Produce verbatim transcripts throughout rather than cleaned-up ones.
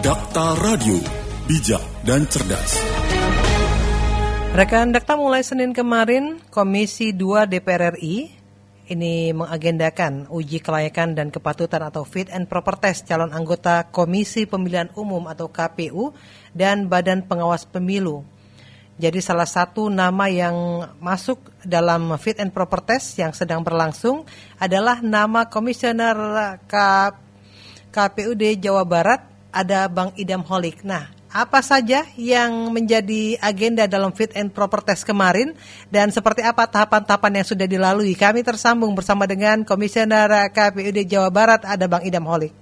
Dakta Radio, bijak dan cerdas. Rekan Dakta, mulai Senin kemarin, Komisi dua D P R R I ini mengagendakan uji kelayakan dan kepatutan atau fit and proper test calon anggota Komisi Pemilihan Umum atau K P U dan Badan Pengawas Pemilu. Jadi salah satu nama yang masuk dalam fit and proper test yang sedang berlangsung adalah nama Komisioner K P U D Jawa Barat, ada Bang Idam Holik. Nah, apa saja yang menjadi agenda dalam fit and proper test kemarin dan seperti apa tahapan-tahapan yang sudah dilalui? Kami tersambung bersama dengan Komisioner K P U D Jawa Barat, ada Bang Idam Holik.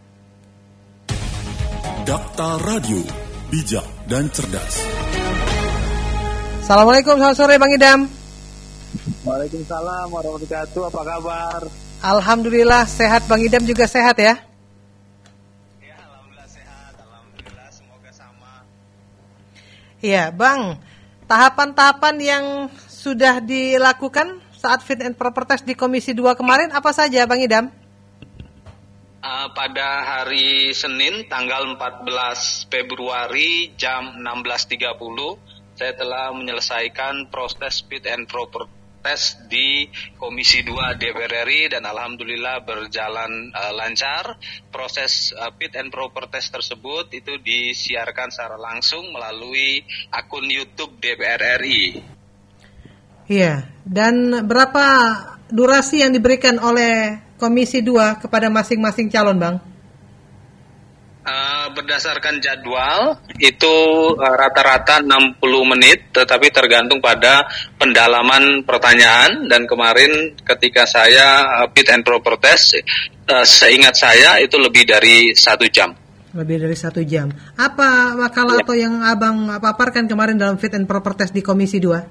Dakta Radio, bijak dan cerdas. Assalamualaikum, selamat sore Bang Idam. Waalaikumsalam warahmatullahi wabarakatuh. Apa kabar? Alhamdulillah sehat, Bang Idam juga sehat ya? Ya, alhamdulillah sehat. Alhamdulillah, semoga sama. Iya, Bang. Tahapan-tahapan yang sudah dilakukan saat fit and proper test di Komisi dua kemarin apa saja, Bang Idam? Uh, pada hari Senin tanggal empat belas Februari jam enam belas tiga puluh saya telah menyelesaikan proses fit and proper test di Komisi dua D P R R I dan alhamdulillah berjalan uh, lancar. Proses uh, fit and proper test tersebut itu disiarkan secara langsung melalui akun YouTube D P R R I. Iya, dan berapa durasi yang diberikan oleh Komisi dua kepada masing-masing calon, Bang? Uh, berdasarkan jadwal itu uh, rata-rata enam puluh menit, tetapi tergantung pada pendalaman pertanyaan. Dan kemarin ketika saya uh, fit and proper test, uh, seingat saya itu lebih dari satu jam. Lebih dari satu jam. Apa makalah ya. atau yang Abang paparkan kemarin dalam fit and proper test di Komisi dua?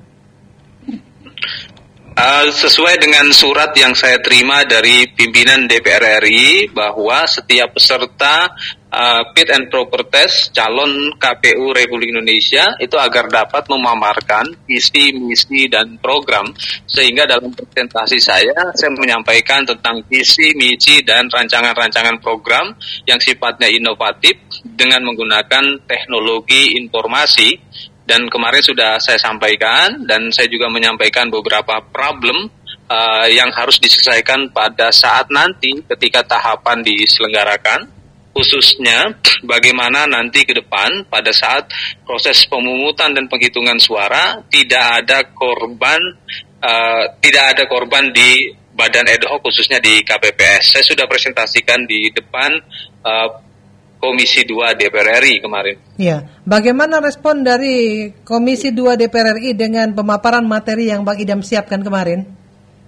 Uh, sesuai dengan surat yang saya terima dari pimpinan D P R R I bahwa setiap peserta uh, fit and proper test calon K P U Republik Indonesia itu agar dapat memaparkan visi, misi, dan program, sehingga dalam presentasi saya saya menyampaikan tentang visi, misi, dan rancangan-rancangan program yang sifatnya inovatif dengan menggunakan teknologi informasi. Dan kemarin sudah saya sampaikan dan saya juga menyampaikan beberapa problem uh, yang harus diselesaikan pada saat nanti ketika tahapan diselenggarakan, khususnya bagaimana nanti ke depan pada saat proses pemungutan dan penghitungan suara tidak ada korban uh, tidak ada korban di badan ad hoc khususnya di K P P S. Saya sudah presentasikan di depan uh, Komisi dua D P R R I kemarin. Ya, bagaimana respon dari Komisi dua D P R R I dengan pemaparan materi yang Bang Idam siapkan kemarin?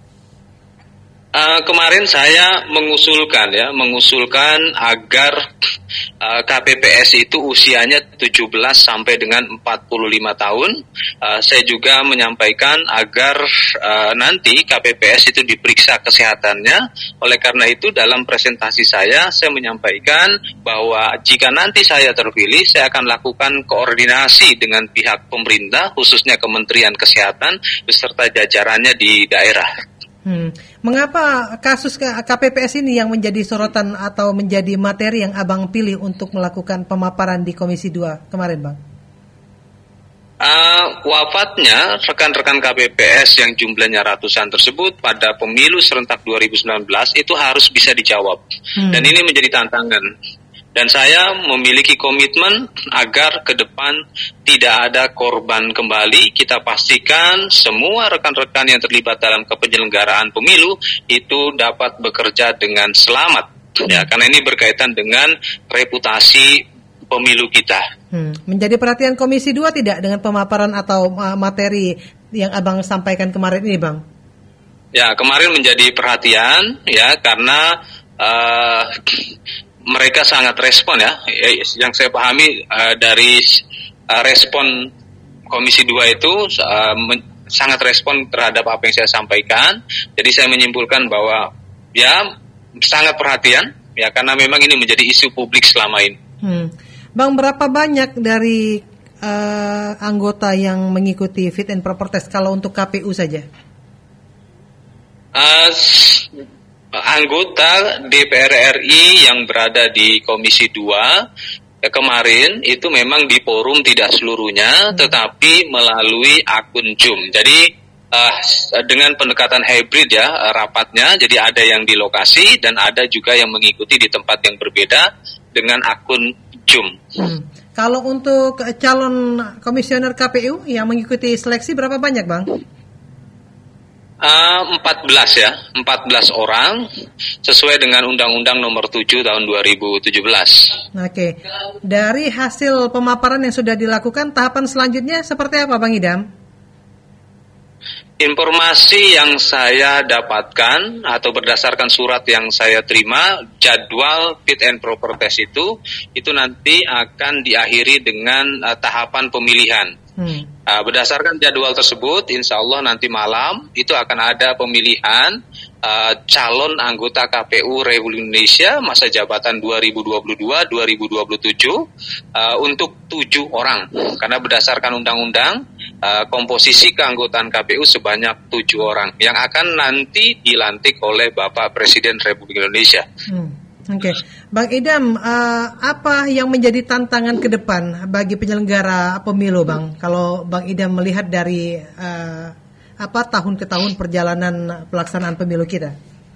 Uh, kemarin saya mengusulkan ya, mengusulkan agar uh, K P P S itu usianya tujuh belas sampai dengan empat puluh lima tahun. Uh, saya juga menyampaikan agar uh, nanti K P P S itu diperiksa kesehatannya. Oleh karena itu dalam presentasi saya, saya menyampaikan bahwa jika nanti saya terpilih, saya akan lakukan koordinasi dengan pihak pemerintah, khususnya Kementerian Kesehatan beserta jajarannya di daerah. Hmm. Mengapa kasus K P P S ini yang menjadi sorotan atau menjadi materi yang Abang pilih untuk melakukan pemaparan di Komisi dua kemarin, Bang? Uh, wafatnya rekan-rekan K P P S yang jumlahnya ratusan tersebut pada pemilu serentak dua ribu sembilan belas itu harus bisa dijawab. Hmm. Dan ini menjadi tantangan. Dan saya memiliki komitmen agar ke depan tidak ada korban kembali. Kita pastikan semua rekan-rekan yang terlibat dalam kepenyelenggaraan pemilu itu dapat bekerja dengan selamat. Ya, karena ini berkaitan dengan reputasi pemilu kita. Hmm. Menjadi perhatian Komisi dua tidak dengan pemaparan atau uh, materi yang Abang sampaikan kemarin ini, Bang? Ya, kemarin menjadi perhatian ya karena uh, mereka sangat respon ya, yang saya pahami uh, dari uh, respon Komisi dua itu uh, men- sangat respon terhadap apa yang saya sampaikan. Jadi saya menyimpulkan bahwa ya sangat perhatian ya karena memang ini menjadi isu publik selama ini. Hmm. Bang, berapa banyak dari uh, anggota yang mengikuti fit and proper test kalau untuk K P U saja? Uh, anggota D P R R I yang berada di Komisi dua Ya, kemarin itu memang di forum tidak seluruhnya, tetapi melalui akun Zoom. Jadi uh, dengan pendekatan hybrid ya uh, rapatnya, jadi ada yang di lokasi dan ada juga yang mengikuti di tempat yang berbeda dengan akun Zoom. Hmm. Kalau untuk calon komisioner K P U yang mengikuti seleksi berapa banyak, Bang? Uh, empat belas ya, empat belas orang sesuai dengan Undang-Undang Nomor tujuh Tahun dua ribu tujuh belas. Oke, dari hasil pemaparan yang sudah dilakukan, tahapan selanjutnya seperti apa, Bang Idam? Informasi yang saya dapatkan atau berdasarkan surat yang saya terima, jadwal fit and proper test itu, itu nanti akan diakhiri dengan uh, tahapan pemilihan. Hmm. Uh, berdasarkan jadwal tersebut, insya Allah nanti malam itu akan ada pemilihan uh, calon anggota K P U Republik Indonesia masa jabatan dua ribu dua puluh dua sampai dua ribu dua puluh tujuh uh, untuk tujuh orang. Karena berdasarkan undang-undang uh, komposisi keanggotaan K P U sebanyak tujuh orang yang akan nanti dilantik oleh Bapak Presiden Republik Indonesia. Hmm. Oke, okay. Bang Idam, uh, apa yang menjadi tantangan ke depan bagi penyelenggara pemilu, Bang? Kalau Bang Idam melihat dari uh, apa tahun ke tahun perjalanan pelaksanaan pemilu kita?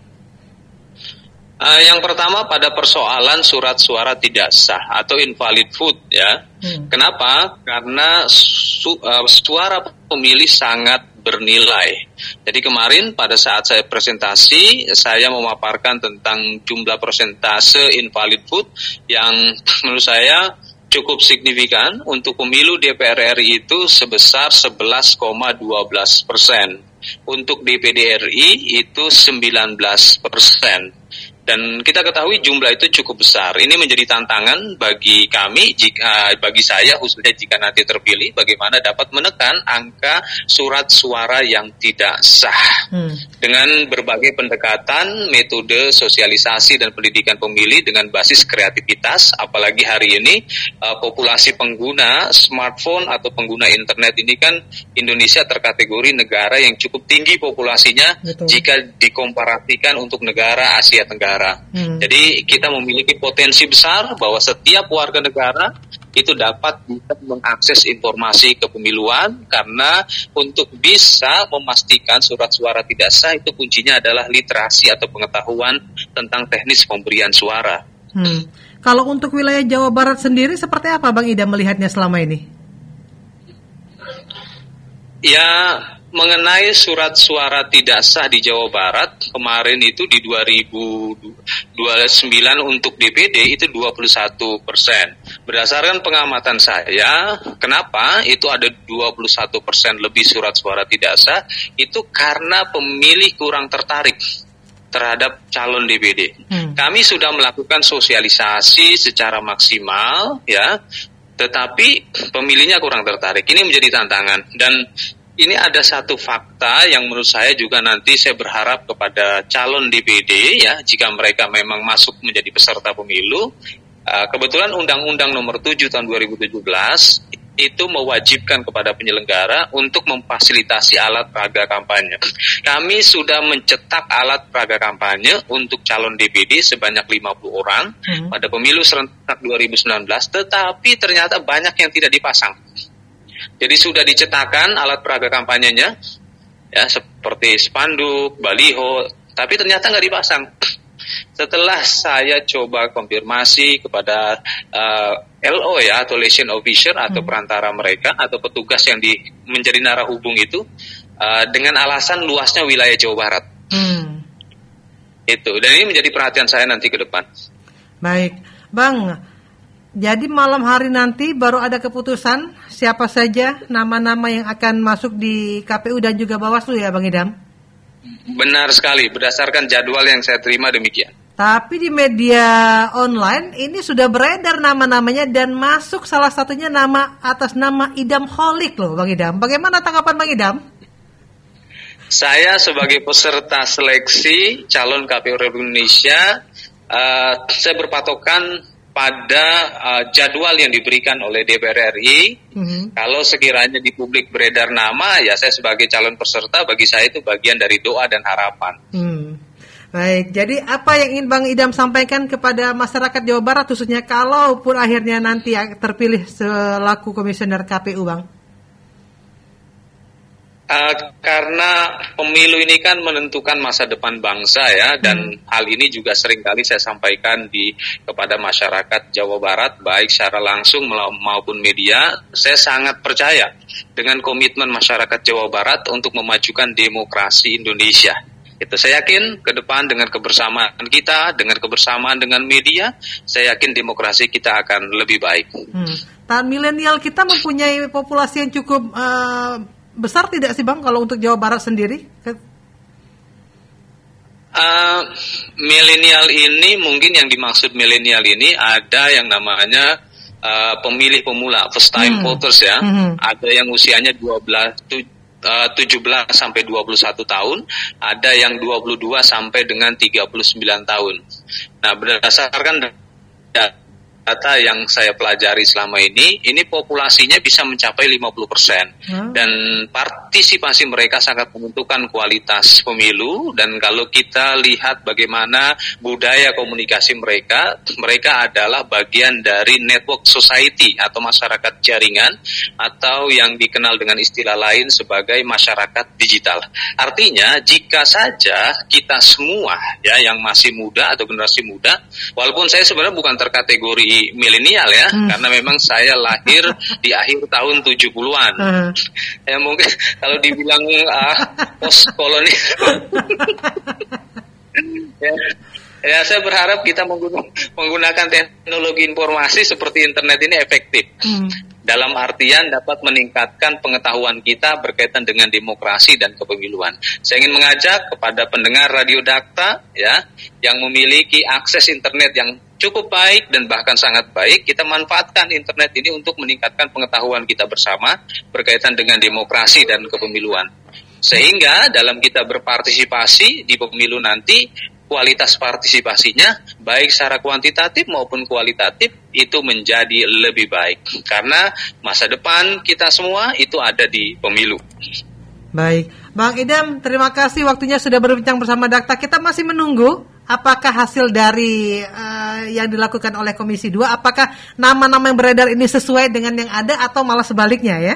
Uh, yang pertama pada persoalan surat suara tidak sah atau invalid vote ya. Hmm. Kenapa? Karena su- uh, suara pemilih sangat bernilai. Jadi kemarin pada saat saya presentasi, saya memaparkan tentang jumlah persentase invalid vote yang menurut saya cukup signifikan untuk pemilu D P R R I itu sebesar sebelas koma satu dua persen. Untuk D P D R I itu sembilan belas persen. Dan kita ketahui jumlah itu cukup besar. Ini menjadi tantangan bagi kami, jika, bagi saya khususnya jika nanti terpilih, bagaimana dapat menekan angka surat suara yang tidak sah. Hmm. Dengan berbagai pendekatan, metode sosialisasi dan pendidikan pemilih dengan basis kreativitas, apalagi hari ini uh, populasi pengguna smartphone atau pengguna internet ini kan Indonesia terkategori negara yang cukup tinggi populasinya. Betul. Jika dikomparasikan untuk negara Asia Tenggara. Hmm. Jadi kita memiliki potensi besar bahwa setiap warga negara itu dapat bisa mengakses informasi kepemiluan, karena untuk bisa memastikan surat suara tidak sah itu kuncinya adalah literasi atau pengetahuan tentang teknis pemberian suara. Hmm. Kalau untuk wilayah Jawa Barat sendiri seperti apa Bang Ida melihatnya selama ini? Ya, mengenai surat suara tidak sah di Jawa Barat, kemarin itu di dua ribu dua puluh sembilan untuk D P D itu dua puluh satu persen. Berdasarkan pengamatan saya, kenapa itu ada dua puluh satu persen lebih surat suara tidak sah? Itu karena pemilih kurang tertarik terhadap calon D P D. Hmm. Kami sudah melakukan sosialisasi secara maksimal, ya, tetapi pemilihnya kurang tertarik. Ini menjadi tantangan, dan ini ada satu fakta yang menurut saya juga nanti saya berharap kepada calon D P D, ya, jika mereka memang masuk menjadi peserta pemilu. Uh, kebetulan Undang-Undang Nomor tujuh Tahun dua ribu tujuh belas itu mewajibkan kepada penyelenggara untuk memfasilitasi alat peraga kampanye. Kami sudah mencetak alat peraga kampanye untuk calon D P D sebanyak lima puluh orang hmm. pada pemilu serentak dua ribu sembilan belas, tetapi ternyata banyak yang tidak dipasang. Jadi sudah dicetakan alat peraga kampanyenya, ya, seperti spanduk, baliho, tapi ternyata nggak dipasang. Setelah saya coba konfirmasi kepada uh, L O, ya, atau liaison officer atau hmm. perantara mereka atau petugas yang di, menjadi narahubung itu, uh, dengan alasan luasnya wilayah Jawa Barat. Hmm. Itu, dan ini menjadi perhatian saya nanti ke depan. Baik, Bang. Jadi malam hari nanti baru ada keputusan siapa saja nama-nama yang akan masuk di K P U dan juga Bawaslu, ya Bang Idam? Benar sekali, berdasarkan jadwal yang saya terima demikian. Tapi di media online ini sudah beredar nama-namanya dan masuk salah satunya nama atas nama Idam Holik loh Bang Idam. Bagaimana tanggapan Bang Idam? Saya sebagai peserta seleksi calon K P U Republik Indonesia, uh, saya berpatokan pada uh, jadwal yang diberikan oleh D P R R I. Mm-hmm. Kalau sekiranya di publik beredar nama, ya saya sebagai calon peserta, bagi saya itu bagian dari doa dan harapan. Hmm. Baik, jadi apa yang ingin Bang Idam sampaikan kepada masyarakat Jawa Barat, khususnya kalaupun akhirnya nanti terpilih selaku komisioner K P U, Bang? Uh, karena pemilu ini kan menentukan masa depan bangsa ya, dan hmm. hal ini juga seringkali saya sampaikan di kepada masyarakat Jawa Barat, baik secara langsung maupun media. Saya sangat percaya dengan komitmen masyarakat Jawa Barat untuk memajukan demokrasi Indonesia. Itu saya yakin ke depan dengan kebersamaan kita, dengan kebersamaan dengan media, saya yakin demokrasi kita akan lebih baik. Hmm. Tahun milenial kita mempunyai populasi yang cukup uh... besar tidak sih Bang kalau untuk Jawa Barat sendiri? Uh, milenial ini mungkin yang dimaksud milenial ini ada yang namanya uh, pemilih pemula, first time hmm. voters ya. Hmm. Ada yang usianya dua belas, tujuh belas sampai dua puluh satu tahun, ada yang dua puluh dua sampai dengan tiga puluh sembilan tahun. Nah, berdasarkan data yang saya pelajari selama ini, ini populasinya bisa mencapai lima puluh persen. Hmm. Dan partisipasi mereka sangat menentukan kualitas pemilu. Dan kalau kita lihat bagaimana budaya komunikasi mereka, mereka adalah bagian dari network society atau masyarakat jaringan, atau yang dikenal dengan istilah lain sebagai masyarakat digital. Artinya, jika saja kita semua ya yang masih muda atau generasi muda, walaupun saya sebenarnya bukan terkategori milenial ya, hmm. karena memang saya lahir di akhir tahun tujuh puluhan. Hmm. Ya mungkin kalau dibilang uh, post kolonial. ya, ya saya berharap kita menggunakan teknologi informasi seperti internet ini efektif. Hmm. Dalam artian dapat meningkatkan pengetahuan kita berkaitan dengan demokrasi dan kepemiluan. Saya ingin mengajak kepada pendengar Radio Dakta ya, yang memiliki akses internet yang cukup baik dan bahkan sangat baik, kita manfaatkan internet ini untuk meningkatkan pengetahuan kita bersama berkaitan dengan demokrasi dan kepemiluan. Sehingga dalam kita berpartisipasi di pemilu nanti, kualitas partisipasinya baik secara kuantitatif maupun kualitatif itu menjadi lebih baik. Karena masa depan kita semua itu ada di pemilu. Baik, Bang Idam, terima kasih waktunya sudah berbincang bersama Dakta. Kita masih menunggu apakah hasil dari uh, yang dilakukan oleh Komisi dua, apakah nama-nama yang beredar ini sesuai dengan yang ada atau malah sebaliknya ya?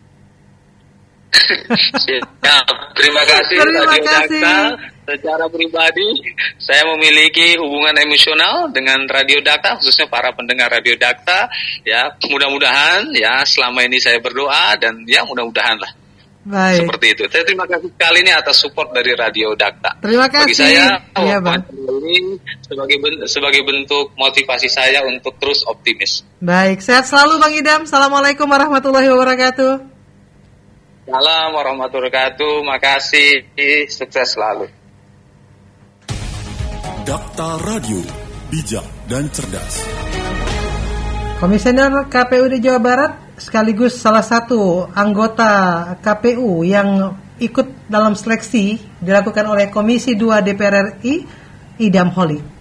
Ya, terima kasih terima Radio kasih. Dakta. Secara pribadi, saya memiliki hubungan emosional dengan Radio Dakta, khususnya para pendengar Radio Dakta. Ya, mudah-mudahan ya selama ini saya berdoa dan ya mudah-mudahan lah. Baik. Seperti itu. Saya terima kasih sekali ini atas support dari Radio Dakta. Terima kasih. Bagi saya, ya, Bang. Ini sebagai bentuk, sebagai bentuk motivasi saya untuk terus optimis. Baik, sehat selalu Bang Idam. Assalamualaikum warahmatullahi wabarakatuh. Salam warahmatullahi wabarakatuh. Makasih, sukses selalu. Dakta Radio, bijak dan cerdas. Komisioner K P U di Jawa Barat sekaligus salah satu anggota K P U yang ikut dalam seleksi dilakukan oleh Komisi dua D P R R I, Idam Holik.